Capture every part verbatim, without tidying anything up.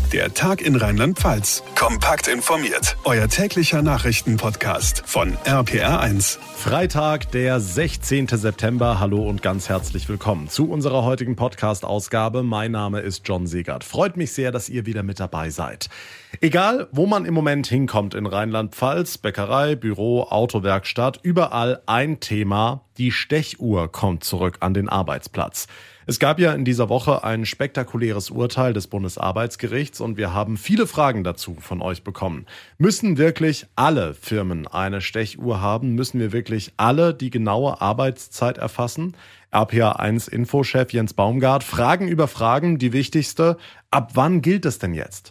Der Tag in Rheinland-Pfalz. Kompakt informiert. Euer täglicher Nachrichtenpodcast von R P R eins. Freitag, der sechzehnten September. Hallo und ganz herzlich willkommen zu unserer heutigen Podcast-Ausgabe. Mein Name ist John Segert. Freut mich sehr, dass ihr wieder mit dabei seid. Egal, wo man im Moment hinkommt in Rheinland-Pfalz, Bäckerei, Büro, Autowerkstatt, überall ein Thema: die Stechuhr kommt zurück an den Arbeitsplatz. Es gab ja in dieser Woche ein spektakuläres Urteil des Bundesarbeitsgerichts und wir haben viele Fragen dazu von euch bekommen. Müssen wirklich alle Firmen eine Stechuhr haben? Müssen wir wirklich alle die genaue Arbeitszeit erfassen? R P R eins Infochef Jens Baumgart: Fragen über Fragen, die wichtigste: Ab wann gilt es denn jetzt?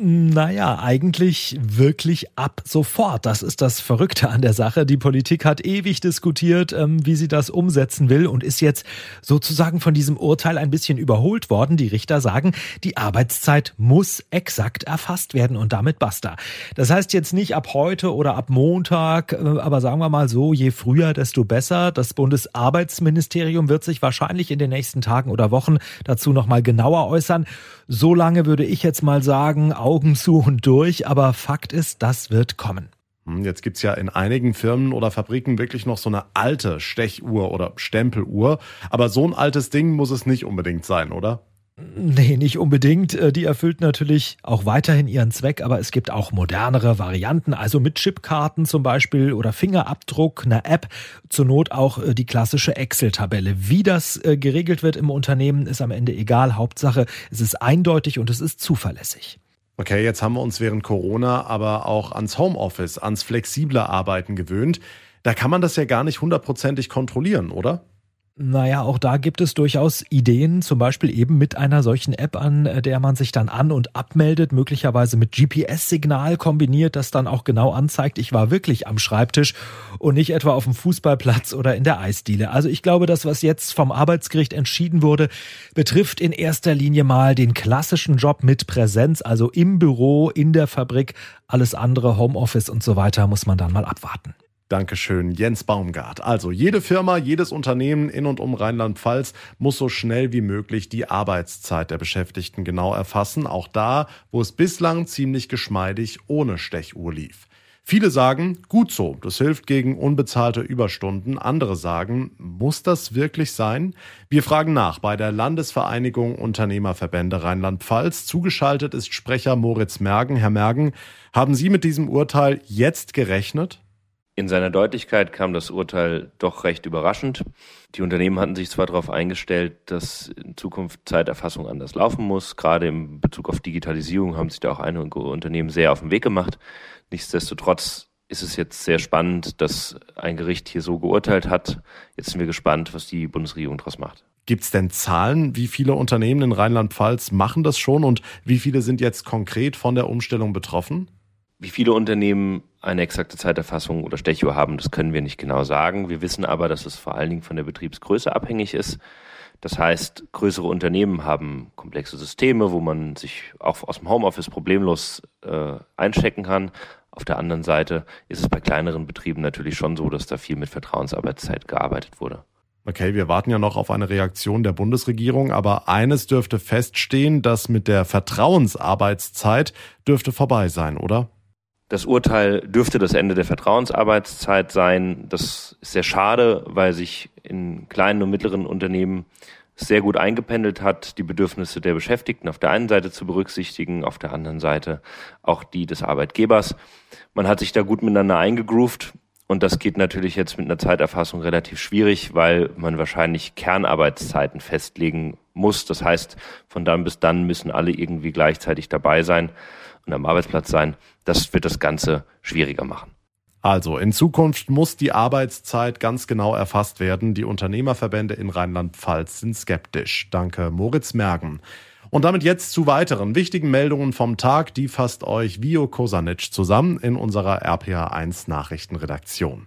Naja, eigentlich wirklich ab sofort. Das ist das Verrückte an der Sache. Die Politik hat ewig diskutiert, wie sie das umsetzen will und ist jetzt sozusagen von diesem Urteil ein bisschen überholt worden. Die Richter sagen, die Arbeitszeit muss exakt erfasst werden und damit basta. Das heißt jetzt nicht ab heute oder ab Montag, aber sagen wir mal so, je früher, desto besser. Das Bundesarbeitsministerium wird sich wahrscheinlich in den nächsten Tagen oder Wochen dazu nochmal genauer äußern. So lange würde ich jetzt mal sagen, Augen zu und durch, aber Fakt ist, das wird kommen. Jetzt gibt's ja in einigen Firmen oder Fabriken wirklich noch so eine alte Stechuhr oder Stempeluhr, aber so ein altes Ding muss es nicht unbedingt sein, oder? Nee, nicht unbedingt. Die erfüllt natürlich auch weiterhin ihren Zweck, aber es gibt auch modernere Varianten, also mit Chipkarten zum Beispiel oder Fingerabdruck, einer App, zur Not auch die klassische Excel-Tabelle. Wie das geregelt wird im Unternehmen, ist am Ende egal. Hauptsache, es ist eindeutig und es ist zuverlässig. Okay, jetzt haben wir uns während Corona aber auch ans Homeoffice, ans flexible Arbeiten gewöhnt. Da kann man das ja gar nicht hundertprozentig kontrollieren, oder? Naja, auch da gibt es durchaus Ideen, zum Beispiel eben mit einer solchen App, an der man sich dann an- und abmeldet, möglicherweise mit G P S-Signal kombiniert, das dann auch genau anzeigt, ich war wirklich am Schreibtisch und nicht etwa auf dem Fußballplatz oder in der Eisdiele. Also ich glaube, das, was jetzt vom Arbeitsgericht entschieden wurde, betrifft in erster Linie mal den klassischen Job mit Präsenz, also im Büro, in der Fabrik. Alles andere, Homeoffice und so weiter, muss man dann mal abwarten. Dankeschön, Jens Baumgart. Also jede Firma, jedes Unternehmen in und um Rheinland-Pfalz muss so schnell wie möglich die Arbeitszeit der Beschäftigten genau erfassen. Auch da, wo es bislang ziemlich geschmeidig ohne Stechuhr lief. Viele sagen, gut so, das hilft gegen unbezahlte Überstunden. Andere sagen, muss das wirklich sein? Wir fragen nach bei der Landesvereinigung Unternehmerverbände Rheinland-Pfalz. Zugeschaltet ist Sprecher Moritz Mergen. Herr Mergen, haben Sie mit diesem Urteil jetzt gerechnet? In seiner Deutlichkeit kam das Urteil doch recht überraschend. Die Unternehmen hatten sich zwar darauf eingestellt, dass in Zukunft Zeiterfassung anders laufen muss. Gerade in Bezug auf Digitalisierung haben sich da auch einige Unternehmen sehr auf den Weg gemacht. Nichtsdestotrotz ist es jetzt sehr spannend, dass ein Gericht hier so geurteilt hat. Jetzt sind wir gespannt, was die Bundesregierung daraus macht. Gibt es denn Zahlen, wie viele Unternehmen in Rheinland-Pfalz machen das schon und wie viele sind jetzt konkret von der Umstellung betroffen? Wie viele Unternehmen eine exakte Zeiterfassung oder Stechuhr haben, das können wir nicht genau sagen. Wir wissen aber, dass es vor allen Dingen von der Betriebsgröße abhängig ist. Das heißt, größere Unternehmen haben komplexe Systeme, wo man sich auch aus dem Homeoffice problemlos äh, einchecken kann. Auf der anderen Seite ist es bei kleineren Betrieben natürlich schon so, dass da viel mit Vertrauensarbeitszeit gearbeitet wurde. Okay, wir warten ja noch auf eine Reaktion der Bundesregierung, aber eines dürfte feststehen, dass mit der Vertrauensarbeitszeit dürfte vorbei sein, oder? Das Urteil dürfte das Ende der Vertrauensarbeitszeit sein. Das ist sehr schade, weil sich in kleinen und mittleren Unternehmen sehr gut eingependelt hat, die Bedürfnisse der Beschäftigten auf der einen Seite zu berücksichtigen, auf der anderen Seite auch die des Arbeitgebers. Man hat sich da gut miteinander eingegroovt und das geht natürlich jetzt mit einer Zeiterfassung relativ schwierig, weil man wahrscheinlich Kernarbeitszeiten festlegen muss. Das heißt, von dann bis dann müssen alle irgendwie gleichzeitig dabei sein und am Arbeitsplatz sein. Das wird das Ganze schwieriger machen. Also in Zukunft muss die Arbeitszeit ganz genau erfasst werden. Die Unternehmerverbände in Rheinland-Pfalz sind skeptisch. Danke, Moritz Mergen. Und damit jetzt zu weiteren wichtigen Meldungen vom Tag. Die fasst euch Vio Kosanic zusammen in unserer R P R eins Nachrichtenredaktion.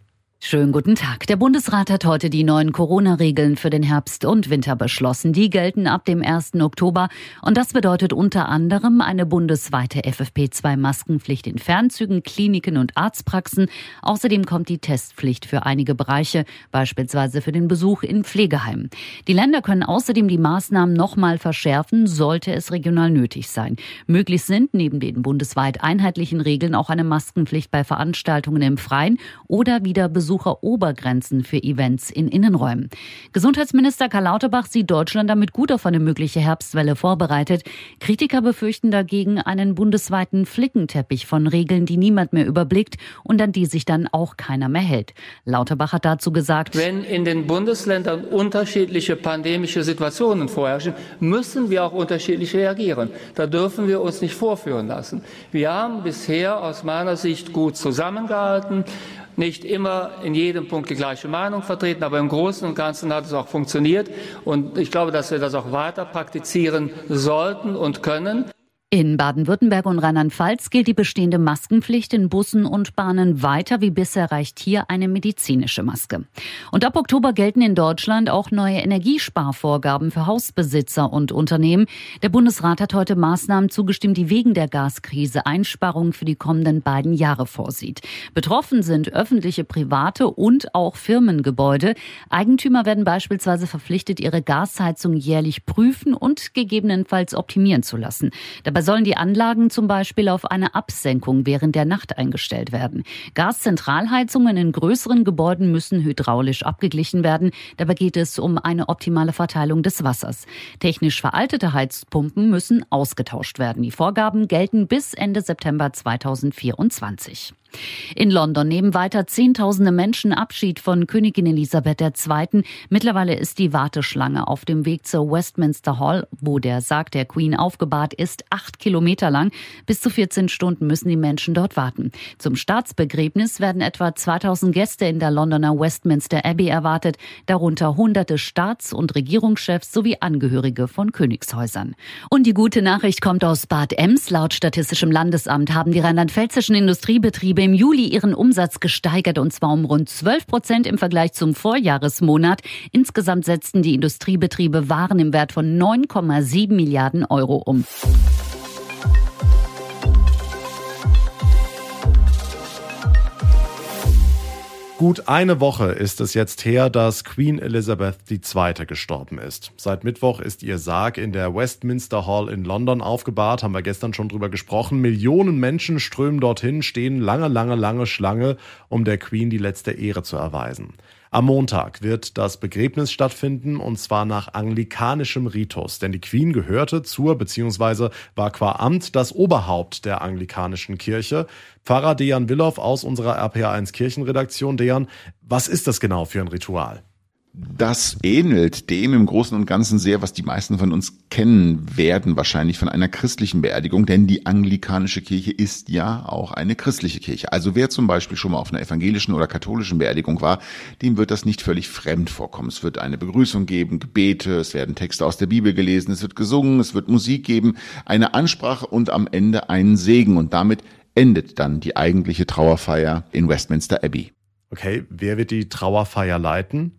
Schönen guten Tag. Der Bundesrat hat heute die neuen Corona-Regeln für den Herbst und Winter beschlossen. Die gelten ab dem ersten Oktober. Und das bedeutet unter anderem eine bundesweite F F P zwei Maskenpflicht in Fernzügen, Kliniken und Arztpraxen. Außerdem kommt die Testpflicht für einige Bereiche, beispielsweise für den Besuch in Pflegeheimen. Die Länder können außerdem die Maßnahmen nochmal verschärfen, sollte es regional nötig sein. Möglich sind neben den bundesweit einheitlichen Regeln auch eine Maskenpflicht bei Veranstaltungen im Freien oder wieder Besuch Obergrenzen für Events in Innenräumen. Gesundheitsminister Karl Lauterbach sieht Deutschland damit gut auf eine mögliche Herbstwelle vorbereitet. Kritiker befürchten dagegen einen bundesweiten Flickenteppich von Regeln, die niemand mehr überblickt und an die sich dann auch keiner mehr hält. Lauterbach hat dazu gesagt: Wenn in den Bundesländern unterschiedliche pandemische Situationen vorherrschen, müssen wir auch unterschiedlich reagieren. Da dürfen wir uns nicht vorführen lassen. Wir haben bisher aus meiner Sicht gut zusammengehalten. Nicht immer in jedem Punkt die gleiche Meinung vertreten, aber im Großen und Ganzen hat es auch funktioniert. Und ich glaube, dass wir das auch weiter praktizieren sollten und können. In Baden-Württemberg und Rheinland-Pfalz gilt die bestehende Maskenpflicht in Bussen und Bahnen weiter. Wie bisher reicht hier eine medizinische Maske. Und ab Oktober gelten in Deutschland auch neue Energiesparvorgaben für Hausbesitzer und Unternehmen. Der Bundesrat hat heute Maßnahmen zugestimmt, die wegen der Gaskrise Einsparungen für die kommenden beiden Jahre vorsieht. Betroffen sind öffentliche, private und auch Firmengebäude. Eigentümer werden beispielsweise verpflichtet, ihre Gasheizung jährlich prüfen und gegebenenfalls optimieren zu lassen. Dabei sollen die Anlagen zum Beispiel auf eine Absenkung während der Nacht eingestellt werden. Gaszentralheizungen in größeren Gebäuden müssen hydraulisch abgeglichen werden. Dabei geht es um eine optimale Verteilung des Wassers. Technisch veraltete Heizpumpen müssen ausgetauscht werden. Die Vorgaben gelten bis Ende September zweitausendvierundzwanzig. In London nehmen weiter Zehntausende Menschen Abschied von Königin Elisabeth der Zweite. Mittlerweile ist die Warteschlange auf dem Weg zur Westminster Hall, wo der Sarg der Queen aufgebahrt ist, acht Kilometer lang. Bis zu vierzehn Stunden müssen die Menschen dort warten. Zum Staatsbegräbnis werden etwa zweitausend Gäste in der Londoner Westminster Abbey erwartet, darunter hunderte Staats- und Regierungschefs sowie Angehörige von Königshäusern. Und die gute Nachricht kommt aus Bad Ems. Laut Statistischem Landesamt haben die rheinland-pfälzischen Industriebetriebe im Juli ihren Umsatz gesteigert, und zwar um rund zwölf Prozent im Vergleich zum Vorjahresmonat. Insgesamt setzten die Industriebetriebe Waren im Wert von neun Komma sieben Milliarden Euro um. Gut eine Woche ist es jetzt her, dass Queen Elizabeth die Zweite gestorben ist. Seit Mittwoch ist ihr Sarg in der Westminster Hall in London aufgebahrt, haben wir gestern schon drüber gesprochen. Millionen Menschen strömen dorthin, stehen lange, lange, lange Schlange, um der Queen die letzte Ehre zu erweisen. Am Montag wird das Begräbnis stattfinden, und zwar nach anglikanischem Ritus. Denn die Queen gehörte zur bzw. war qua Amt das Oberhaupt der anglikanischen Kirche. Pfarrer Dejan Willow aus unserer R P R eins Kirchenredaktion. Dejan, was ist das genau für ein Ritual? Das ähnelt dem im Großen und Ganzen sehr, was die meisten von uns kennen werden, wahrscheinlich von einer christlichen Beerdigung, denn die anglikanische Kirche ist ja auch eine christliche Kirche. Also wer zum Beispiel schon mal auf einer evangelischen oder katholischen Beerdigung war, dem wird das nicht völlig fremd vorkommen. Es wird eine Begrüßung geben, Gebete, es werden Texte aus der Bibel gelesen, es wird gesungen, es wird Musik geben, eine Ansprache und am Ende einen Segen, und damit endet dann die eigentliche Trauerfeier in Westminster Abbey. Okay, wer wird die Trauerfeier leiten?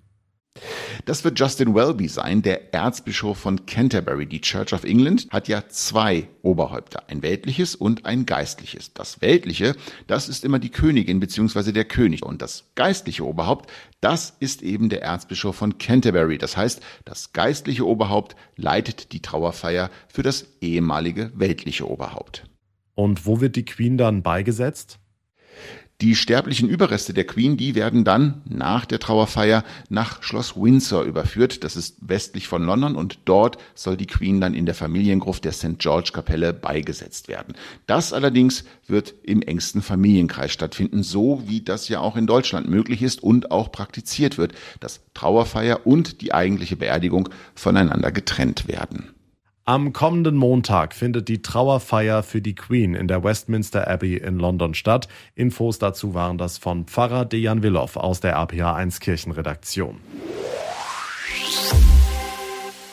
Das wird Justin Welby sein, der Erzbischof von Canterbury. Die Church of England hat ja zwei Oberhäupter, ein weltliches und ein geistliches. Das weltliche, das ist immer die Königin bzw. der König. Und das geistliche Oberhaupt, das ist eben der Erzbischof von Canterbury. Das heißt, das geistliche Oberhaupt leitet die Trauerfeier für das ehemalige weltliche Oberhaupt. Und wo wird die Queen dann beigesetzt? Die sterblichen Überreste der Queen, die werden dann nach der Trauerfeier nach Schloss Windsor überführt. Das ist westlich von London, und dort soll die Queen dann in der Familiengruft der Sankt George Kapelle beigesetzt werden. Das allerdings wird im engsten Familienkreis stattfinden, so wie das ja auch in Deutschland möglich ist und auch praktiziert wird, dass Trauerfeier und die eigentliche Beerdigung voneinander getrennt werden. Am kommenden Montag findet die Trauerfeier für die Queen in der Westminster Abbey in London statt. Infos dazu waren das von Pfarrer Dejan Willow aus der R P R eins Kirchenredaktion.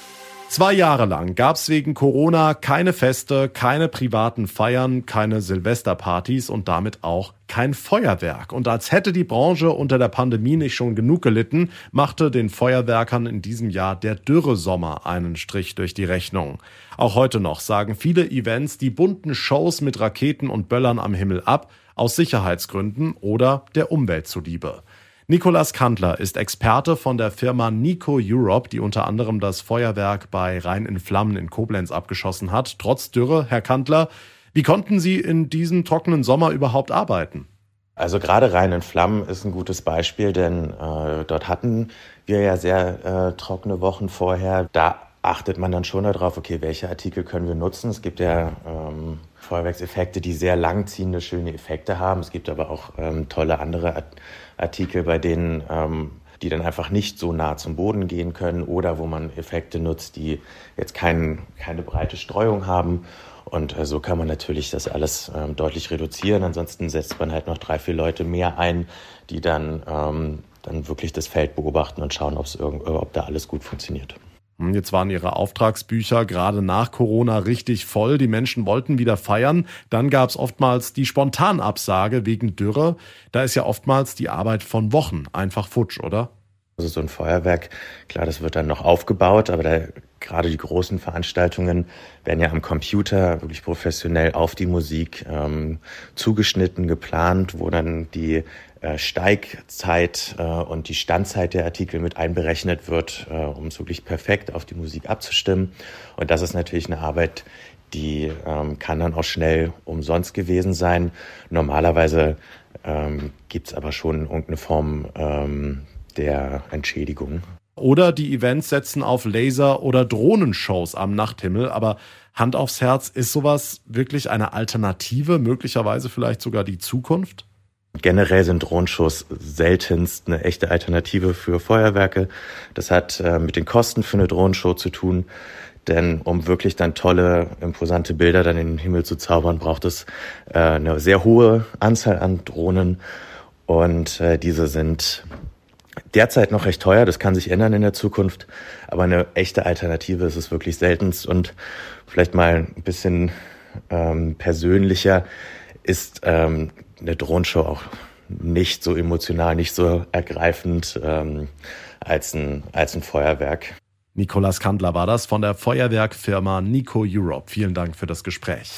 Zwei Jahre lang gab es wegen Corona keine Feste, keine privaten Feiern, keine Silvesterpartys und damit auch kein Feuerwerk. Und als hätte die Branche unter der Pandemie nicht schon genug gelitten, machte den Feuerwerkern in diesem Jahr der Dürresommer einen Strich durch die Rechnung. Auch heute noch sagen viele Events die bunten Shows mit Raketen und Böllern am Himmel ab, aus Sicherheitsgründen oder der Umwelt zuliebe. Nicolas Kandler ist Experte von der Firma Nico Europe, die unter anderem das Feuerwerk bei Rhein in Flammen in Koblenz abgeschossen hat. Trotz Dürre, Herr Kandler, wie konnten Sie in diesem trockenen Sommer überhaupt arbeiten? Also gerade Rhein in Flammen ist ein gutes Beispiel, denn äh, dort hatten wir ja sehr äh, trockene Wochen vorher. Da achtet man dann schon darauf, okay, welche Artikel können wir nutzen. Es gibt ja ähm, Feuerwerkseffekte, die sehr langziehende, schöne Effekte haben. Es gibt aber auch ähm, tolle andere Artikel, bei denen ähm, die dann einfach nicht so nah zum Boden gehen können oder wo man Effekte nutzt, die jetzt kein, keine breite Streuung haben. Und äh, so kann man natürlich das alles ähm, deutlich reduzieren. Ansonsten setzt man halt noch drei, vier Leute mehr ein, die dann, ähm, dann wirklich das Feld beobachten und schauen, ob's irgend, ob da alles gut funktioniert. Jetzt waren Ihre Auftragsbücher gerade nach Corona richtig voll. Die Menschen wollten wieder feiern. Dann gab es oftmals die Spontanabsage wegen Dürre. Da ist ja oftmals die Arbeit von Wochen einfach futsch, oder? Also so ein Feuerwerk, klar, das wird dann noch aufgebaut, aber da, gerade die großen Veranstaltungen werden ja am Computer wirklich professionell auf die Musik ähm, zugeschnitten, geplant, wo dann die äh, Steigzeit äh, und die Standzeit der Artikel mit einberechnet wird, äh, um es wirklich perfekt auf die Musik abzustimmen. Und das ist natürlich eine Arbeit, die ähm, kann dann auch schnell umsonst gewesen sein. Normalerweise ähm, gibt's aber schon irgendeine Form ähm, der Entschädigung. Oder die Events setzen auf Laser- oder Drohnenshows am Nachthimmel. Aber Hand aufs Herz, ist sowas wirklich eine Alternative, möglicherweise vielleicht sogar die Zukunft? Generell sind Drohnenshows seltenst eine echte Alternative für Feuerwerke. Das hat äh, mit den Kosten für eine Drohnenshow zu tun. Denn um wirklich dann tolle, imposante Bilder dann in den Himmel zu zaubern, braucht es äh, eine sehr hohe Anzahl an Drohnen. Und äh, diese sind derzeit noch recht teuer, das kann sich ändern in der Zukunft, aber eine echte Alternative ist es wirklich seltenst. Und vielleicht mal ein bisschen ähm, persönlicher ist ähm, eine Drohnenshow auch nicht so emotional, nicht so ergreifend ähm, als ein, als ein Feuerwerk. Nicolas Kandler war das von der Feuerwerkfirma Nico Europe. Vielen Dank für das Gespräch.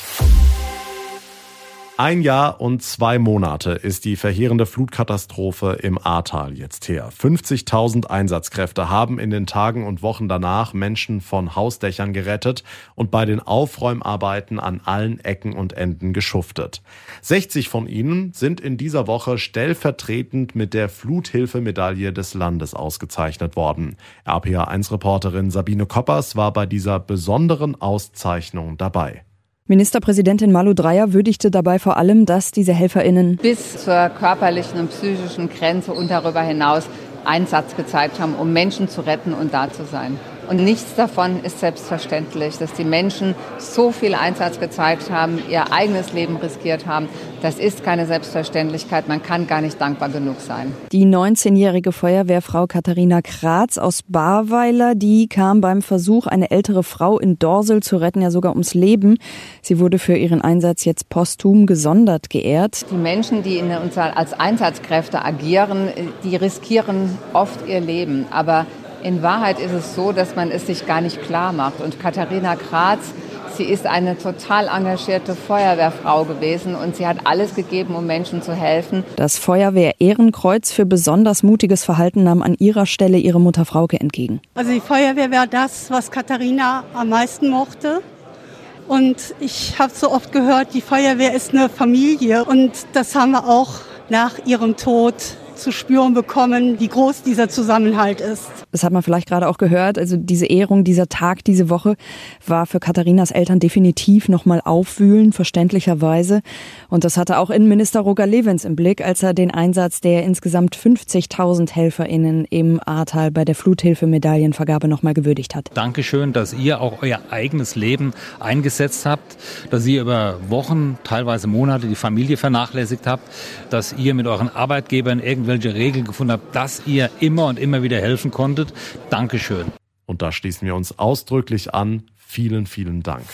Ein Jahr und zwei Monate ist die verheerende Flutkatastrophe im Ahrtal jetzt her. fünfzigtausend Einsatzkräfte haben in den Tagen und Wochen danach Menschen von Hausdächern gerettet und bei den Aufräumarbeiten an allen Ecken und Enden geschuftet. sechzig von ihnen sind in dieser Woche stellvertretend mit der Fluthilfemedaille des Landes ausgezeichnet worden. R P A eins Reporterin Sabine Koppers war bei dieser besonderen Auszeichnung dabei. Ministerpräsidentin Malu Dreyer würdigte dabei vor allem, dass diese HelferInnen bis zur körperlichen und psychischen Grenze und darüber hinaus Einsatz gezeigt haben, um Menschen zu retten und da zu sein. Und nichts davon ist selbstverständlich, dass die Menschen so viel Einsatz gezeigt haben, ihr eigenes Leben riskiert haben. Das ist keine Selbstverständlichkeit. Man kann gar nicht dankbar genug sein. Die neunzehnjährige Feuerwehrfrau Katharina Kratz aus Barweiler, die kam beim Versuch, eine ältere Frau in Dorsel zu retten, ja sogar ums Leben. Sie wurde für ihren Einsatz jetzt posthum gesondert geehrt. Die Menschen, die in uns als Einsatzkräfte agieren, die riskieren oft ihr Leben. Aber in Wahrheit ist es so, dass man es sich gar nicht klar macht. Und Katharina Kratz, sie ist eine total engagierte Feuerwehrfrau gewesen und sie hat alles gegeben, um Menschen zu helfen. Das Feuerwehr-Ehrenkreuz für besonders mutiges Verhalten nahm an ihrer Stelle ihre Mutter Frauke entgegen. Also die Feuerwehr war das, was Katharina am meisten mochte. Und ich habe so oft gehört, die Feuerwehr ist eine Familie. Und das haben wir auch nach ihrem Tod zu spüren bekommen, wie groß dieser Zusammenhalt ist. Das hat man vielleicht gerade auch gehört. Also diese Ehrung, dieser Tag, diese Woche war für Katharinas Eltern definitiv nochmal aufwühlen, verständlicherweise. Und das hatte auch Innenminister Roger Lewins im Blick, als er den Einsatz der insgesamt fünfzigtausend HelferInnen im Ahrtal bei der Fluthilfemedaillenvergabe nochmal gewürdigt hat. Dankeschön, dass ihr auch euer eigenes Leben eingesetzt habt, dass ihr über Wochen, teilweise Monate die Familie vernachlässigt habt, dass ihr mit euren Arbeitgebern irgendwelche Regeln gefunden habt, dass ihr immer und immer wieder helfen konntet. Dankeschön. Und da schließen wir uns ausdrücklich an. Vielen, vielen Dank.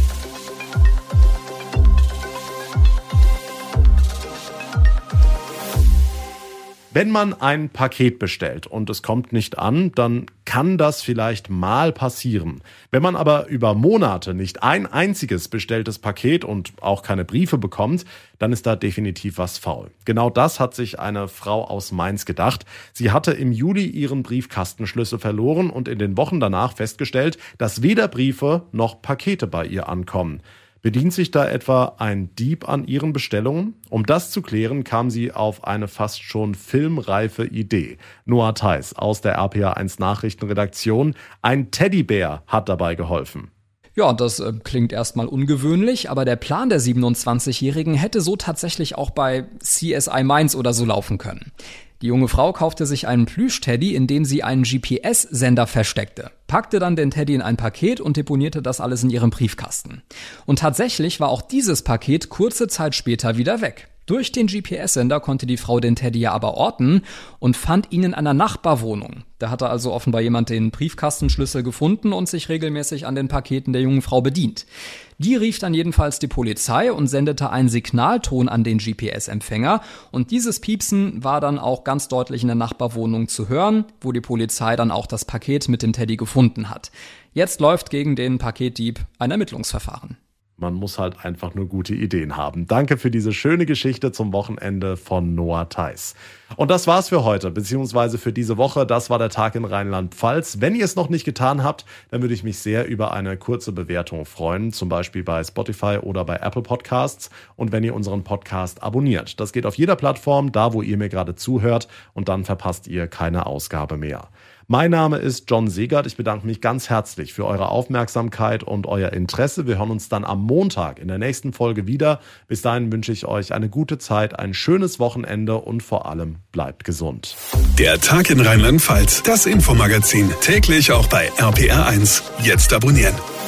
Wenn man ein Paket bestellt und es kommt nicht an, dann kann das vielleicht mal passieren. Wenn man aber über Monate nicht ein einziges bestelltes Paket und auch keine Briefe bekommt, dann ist da definitiv was faul. Genau das hat sich eine Frau aus Mainz gedacht. Sie hatte im Juli ihren Briefkastenschlüssel verloren und in den Wochen danach festgestellt, dass weder Briefe noch Pakete bei ihr ankommen. Bedient sich da etwa ein Dieb an ihren Bestellungen? Um das zu klären, kam sie auf eine fast schon filmreife Idee. Noah Theis aus der R P R eins Nachrichtenredaktion. Ein Teddybär hat dabei geholfen. Ja, das äh, klingt erstmal ungewöhnlich, aber der Plan der siebenundzwanzigjährigen hätte so tatsächlich auch bei C S I Mainz oder so laufen können. Die junge Frau kaufte sich einen Plüsch-Teddy, in dem sie einen G P S-Sender versteckte, packte dann den Teddy in ein Paket und deponierte das alles in ihrem Briefkasten. Und tatsächlich war auch dieses Paket kurze Zeit später wieder weg. Durch den G P S-Sender konnte die Frau den Teddy ja aber orten und fand ihn in einer Nachbarwohnung. Da hatte also offenbar jemand den Briefkastenschlüssel gefunden und sich regelmäßig an den Paketen der jungen Frau bedient. Die rief dann jedenfalls die Polizei und sendete einen Signalton an den G P S-Empfänger. Und dieses Piepsen war dann auch ganz deutlich in der Nachbarwohnung zu hören, wo die Polizei dann auch das Paket mit dem Teddy gefunden hat. Jetzt läuft gegen den Paketdieb ein Ermittlungsverfahren. Man muss halt einfach nur gute Ideen haben. Danke für diese schöne Geschichte zum Wochenende von Noah Theis. Und das war's für heute, beziehungsweise für diese Woche. Das war der Tag in Rheinland-Pfalz. Wenn ihr es noch nicht getan habt, dann würde ich mich sehr über eine kurze Bewertung freuen, zum Beispiel bei Spotify oder bei Apple Podcasts. Und wenn ihr unseren Podcast abonniert. Das geht auf jeder Plattform, da wo ihr mir gerade zuhört, und dann verpasst ihr keine Ausgabe mehr. Mein Name ist John Segert. Ich bedanke mich ganz herzlich für eure Aufmerksamkeit und euer Interesse. Wir hören uns dann am Montag in der nächsten Folge wieder. Bis dahin wünsche ich euch eine gute Zeit, ein schönes Wochenende und vor allem bleibt gesund. Der Tag in Rheinland-Pfalz, das Infomagazin, täglich auch bei R P R eins. Jetzt abonnieren.